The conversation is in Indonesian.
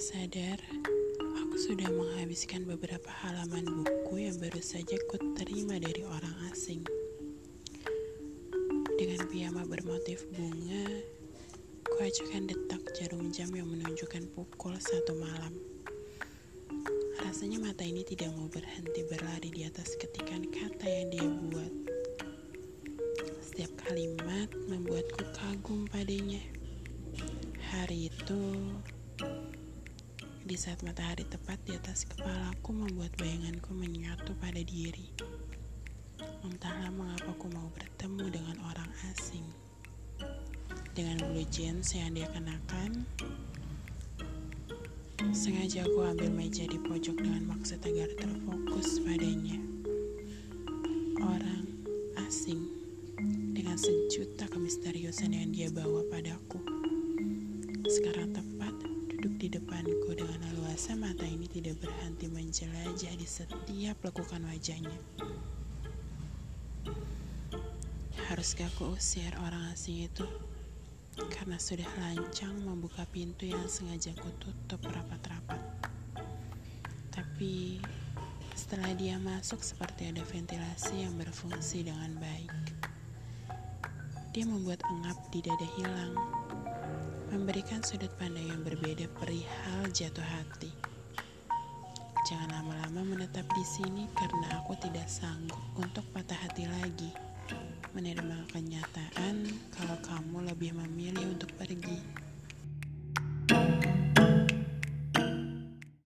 sadar, aku sudah menghabiskan beberapa halaman buku yang baru saja kuterima dari orang asing. Dengan piyama bermotif bunga, kuacukan detak jarum jam yang menunjukkan pukul 1 malam. Rasanya mata ini tidak mau berhenti berlari di atas ketikan kata yang dia buat. Setiap kalimat membuatku kagum padanya. Hari itu, di saat matahari tepat di atas kepalaku membuat bayanganku menyatu pada diri. Entahlah mengapa aku mau bertemu dengan orang asing. Dengan blue jeans yang dia kenakan, sengaja aku ambil meja di pojok dengan maksud agar terfokus padanya. Orang asing dengan sejuta kemisteriusan yang dia bawa padaku. Sekarang tepat duduk di depanku dengan leluasa, mata ini tidak berhenti menjelajah di setiap lekukan wajahnya. Haruskah aku usir orang asing itu? Karena sudah lancang membuka pintu yang sengaja aku tutup rapat-rapat. Tapi setelah dia masuk seperti ada ventilasi yang berfungsi dengan baik. Dia membuat engap di dada hilang, memberikan sudut pandang yang berbeda perihal jatuh hati. Jangan lama-lama menetap di sini karena aku tidak sanggup untuk patah hati lagi menerima kenyataan kalau kamu lebih memilih untuk pergi.